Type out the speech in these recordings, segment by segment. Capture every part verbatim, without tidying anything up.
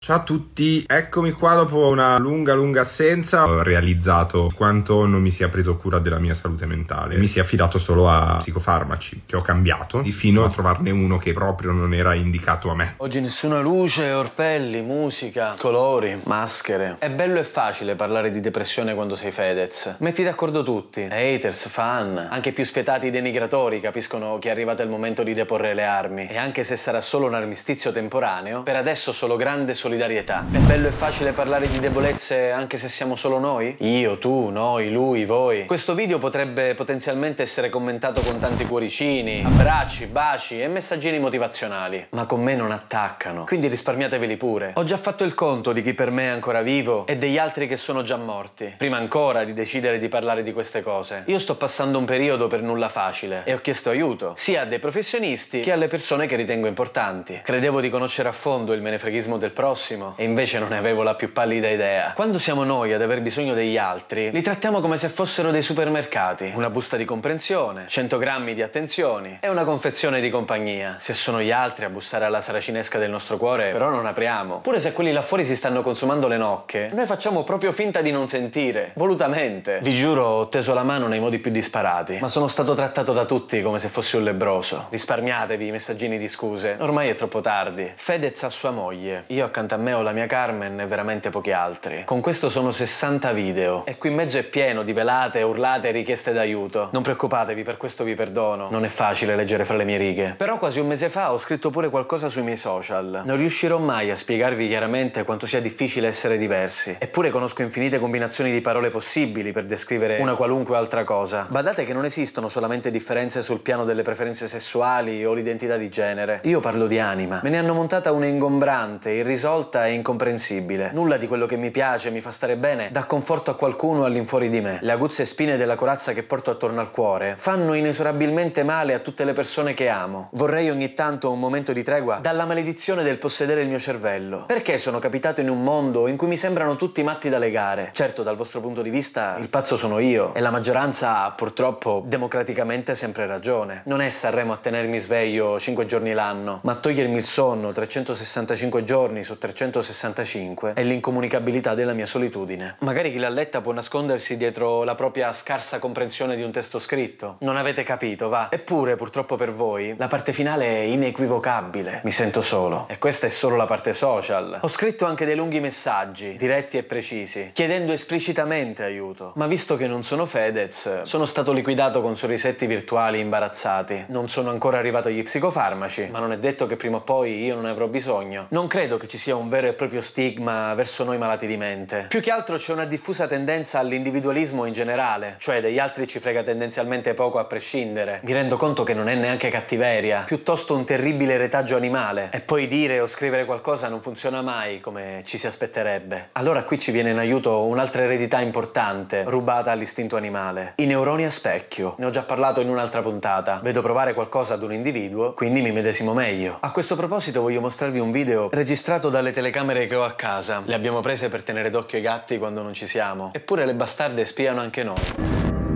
Ciao a tutti, eccomi qua dopo una lunga lunga assenza. Ho realizzato quanto non mi sia preso cura della mia salute mentale. Mi sia affidato solo a psicofarmaci, che ho cambiato fino a trovarne uno che proprio non era indicato a me. Oggi nessuna luce, orpelli, musica, colori, maschere. È bello e facile parlare di depressione quando sei Fedez. Metti d'accordo tutti, haters, fan, anche più spietati denigratori capiscono che è arrivato il momento di deporre le armi. E anche se sarà solo un armistizio temporaneo, per adesso solo grande solidarietà. È bello e facile parlare di debolezze anche se siamo solo noi? Io, tu, noi, lui, voi. Questo video potrebbe potenzialmente essere commentato con tanti cuoricini, abbracci, baci e messaggini motivazionali. Ma con me non attaccano, quindi risparmiateveli pure. Ho già fatto il conto di chi per me è ancora vivo e degli altri che sono già morti, prima ancora di decidere di parlare di queste cose. Io sto passando un periodo per nulla facile e ho chiesto aiuto, sia a dei professionisti che alle persone che ritengo importanti. Credevo di conoscere a fondo il menefreghismo del prossimo e invece non ne avevo la più pallida idea. Quando siamo noi ad aver bisogno degli altri, li trattiamo come se fossero dei supermercati. Una busta di comprensione, cento grammi di attenzioni e una confezione di compagnia. Se sono gli altri a bussare alla saracinesca del nostro cuore, però non apriamo. Pure se quelli là fuori si stanno consumando le nocche, noi facciamo proprio finta di non sentire, volutamente. Vi giuro, ho teso la mano nei modi più disparati, ma sono stato trattato da tutti come se fossi un lebbroso. Risparmiatevi i messaggini di scuse, ormai è troppo tardi. Fedez ha sua moglie, io accanto a me ho la mia Carmen e veramente pochi altri. Con questo sono sessanta video e qui in mezzo è pieno di velate, urlate e richieste d'aiuto. Non preoccupatevi, per questo vi perdono. Non è facile leggere fra le mie righe. Però quasi un mese fa ho scritto pure qualcosa sui miei social. Non riuscirò mai a spiegarvi chiaramente quanto sia difficile essere diversi. Eppure conosco infinite combinazioni di parole possibili per descrivere una qualunque altra cosa. Badate che non esistono solamente differenze sul piano delle preferenze sessuali o l'identità di genere. Io parlo di anima. Me ne hanno montata una ingombrante, irrisolta e incomprensibile. Nulla di quello che mi piace, mi fa stare bene, dà conforto a qualcuno all'infuori di me. Le aguzze spine della corazza che porto attorno al cuore fanno inesorabilmente male a tutte le persone che amo. Vorrei ogni tanto un momento di tregua dalla maledizione del possedere il mio cervello. Perché sono capitato in un mondo in cui mi sembrano tutti matti da legare? Certo, dal vostro punto di vista il pazzo sono io e la maggioranza ha purtroppo democraticamente sempre ragione. Non è Sanremo a tenermi sveglio cinque giorni l'anno, ma a togliermi il sonno trecentosessantacinque giorni su trecentosessantacinque è l'incomunicabilità della mia solitudine. Magari chi l'ha letta può nascondersi dietro la propria scarsa comprensione di un testo scritto. Non avete capito, va. Eppure, purtroppo per voi, la parte finale è inequivocabile. Mi sento solo. E questa è solo la parte social. Ho scritto anche dei lunghi messaggi, diretti e precisi, chiedendo esplicitamente aiuto. Ma visto che non sono Fedez, sono stato liquidato con sorrisetti virtuali imbarazzati. Non sono ancora arrivato agli psicofarmaci, ma non è detto che prima o poi io non ne avrò bisogno. Non credo che ci sia un vero e proprio stigma verso noi malati di mente. Più che altro c'è una diffusa tendenza all'individualismo in generale, cioè degli altri ci frega tendenzialmente poco a prescindere. Mi rendo conto che non è neanche cattiveria, piuttosto un terribile retaggio animale. E poi dire o scrivere qualcosa non funziona mai come ci si aspetterebbe. Allora qui ci viene in aiuto un'altra eredità importante, rubata all'istinto animale. I neuroni a specchio. Ne ho già parlato in un'altra puntata. Vedo provare qualcosa ad un individuo, quindi mi medesimo meglio. A questo proposito voglio mostrarvi un video registrato dalle telecamere che ho a casa. Le abbiamo prese per tenere d'occhio i gatti quando non ci siamo. Eppure le bastarde spiano anche noi.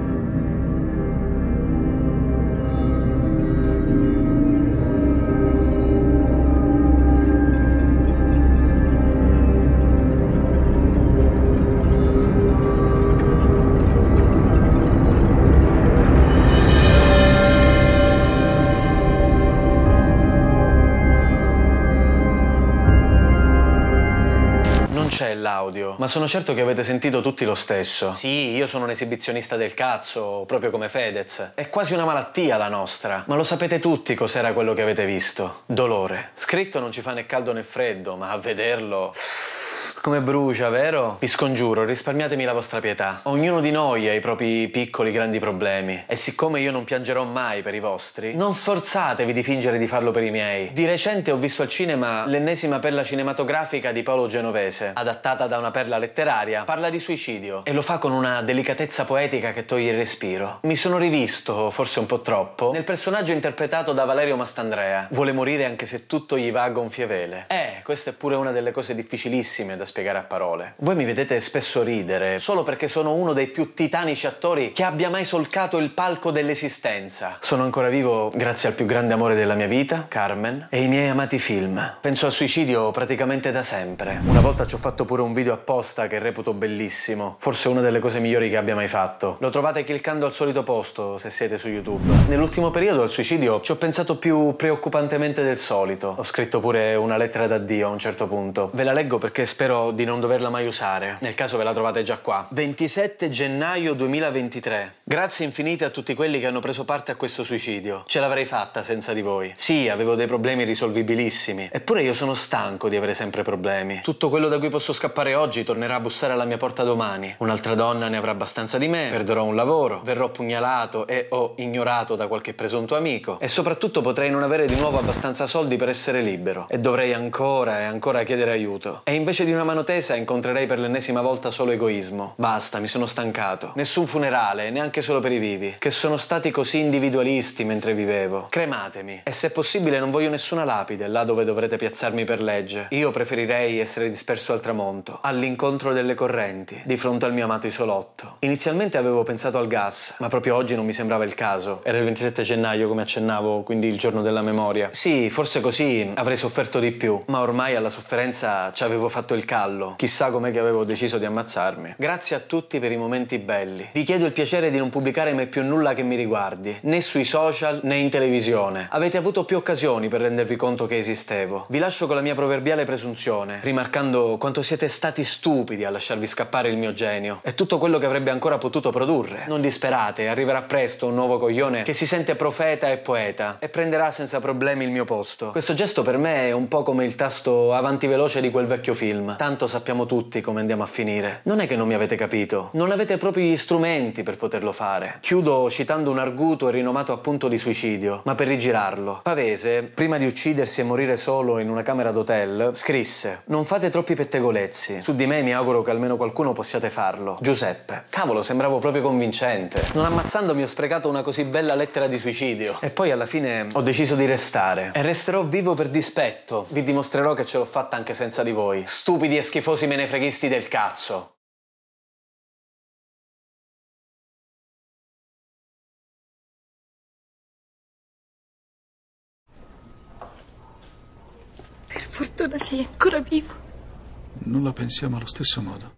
C'è l'audio, ma sono certo che avete sentito tutti lo stesso. Sì, io sono un esibizionista del cazzo, proprio come Fedez. È quasi una malattia la nostra, ma lo sapete tutti cos'era quello che avete visto. Dolore. Scritto non ci fa né caldo né freddo, ma a vederlo... come brucia, vero? Vi scongiuro, risparmiatemi la vostra pietà. Ognuno di noi ha i propri piccoli grandi problemi e siccome io non piangerò mai per i vostri, non sforzatevi di fingere di farlo per i miei. Di recente ho visto al cinema l'ennesima perla cinematografica di Paolo Genovese, adattata da una perla letteraria. Parla di suicidio e lo fa con una delicatezza poetica che toglie il respiro. Mi sono rivisto, forse un po' troppo, nel personaggio interpretato da Valerio Mastandrea. Vuole morire anche se tutto gli va a gonfie vele. Eh, questa è pure una delle cose difficilissime da spiegare spiegare a parole. Voi mi vedete spesso ridere solo perché sono uno dei più titanici attori che abbia mai solcato il palco dell'esistenza. Sono ancora vivo grazie al più grande amore della mia vita, Carmen, e ai miei amati film. Penso al suicidio praticamente da sempre. Una volta ci ho fatto pure un video apposta che reputo bellissimo, forse una delle cose migliori che abbia mai fatto. Lo trovate cliccando al solito posto se siete su YouTube. Nell'ultimo periodo al suicidio ci ho pensato più preoccupantemente del solito. Ho scritto pure una lettera d'addio a un certo punto. Ve la leggo perché spero di non doverla mai usare. Nel caso ve la trovate già qua. ventisette gennaio duemilaventitré. Grazie infinite a tutti quelli che hanno preso parte a questo suicidio. Ce l'avrei fatta senza di voi. Sì, avevo dei problemi risolvibilissimi. Eppure io sono stanco di avere sempre problemi. Tutto quello da cui posso scappare oggi tornerà a bussare alla mia porta domani. Un'altra donna ne avrà abbastanza di me, perderò un lavoro, verrò pugnalato e o ignorato da qualche presunto amico e soprattutto potrei non avere di nuovo abbastanza soldi per essere libero e dovrei ancora e ancora chiedere aiuto. E invece di una mano tesa incontrerei per l'ennesima volta solo egoismo. Basta, mi sono stancato. Nessun funerale, neanche solo per i vivi, che sono stati così individualisti mentre vivevo. Crematemi. E se possibile non voglio nessuna lapide là dove dovrete piazzarmi per legge. Io preferirei essere disperso al tramonto, all'incontro delle correnti, di fronte al mio amato isolotto. Inizialmente avevo pensato al gas, ma proprio oggi non mi sembrava il caso. Era il ventisette gennaio, come accennavo, quindi il giorno della memoria. Sì, forse così avrei sofferto di più, ma ormai alla sofferenza ci avevo fatto il callo. Chissà com'è che avevo deciso di ammazzarmi. Grazie a tutti per i momenti belli. Vi chiedo il piacere di non pubblicare mai più nulla che mi riguardi, né sui social né in televisione. Avete avuto più occasioni per rendervi conto che esistevo. Vi lascio con la mia proverbiale presunzione, rimarcando quanto siete stati stupidi a lasciarvi scappare il mio genio e tutto quello che avrebbe ancora potuto produrre. Non disperate, arriverà presto un nuovo coglione che si sente profeta e poeta e prenderà senza problemi il mio posto. Questo gesto per me è un po' come il tasto avanti veloce di quel vecchio film. Tanto sappiamo tutti come andiamo a finire. Non è che non mi avete capito, non avete proprio gli strumenti per poterlo fare. Chiudo citando un arguto e rinomato appunto di suicidio, ma per rigirarlo. Pavese, prima di uccidersi e morire solo in una camera d'hotel, scrisse: non fate troppi pettegolezzi. Su di me mi auguro che almeno qualcuno possiate farlo. Giuseppe. Cavolo, sembravo proprio convincente. Non ammazzandomi ho sprecato una così bella lettera di suicidio. E poi alla fine ho deciso di restare. E resterò vivo per dispetto. Vi dimostrerò che ce l'ho fatta anche senza di voi. Stupidi e schifosi menefreghisti del cazzo. Per fortuna sei ancora vivo. Non la pensiamo allo stesso modo.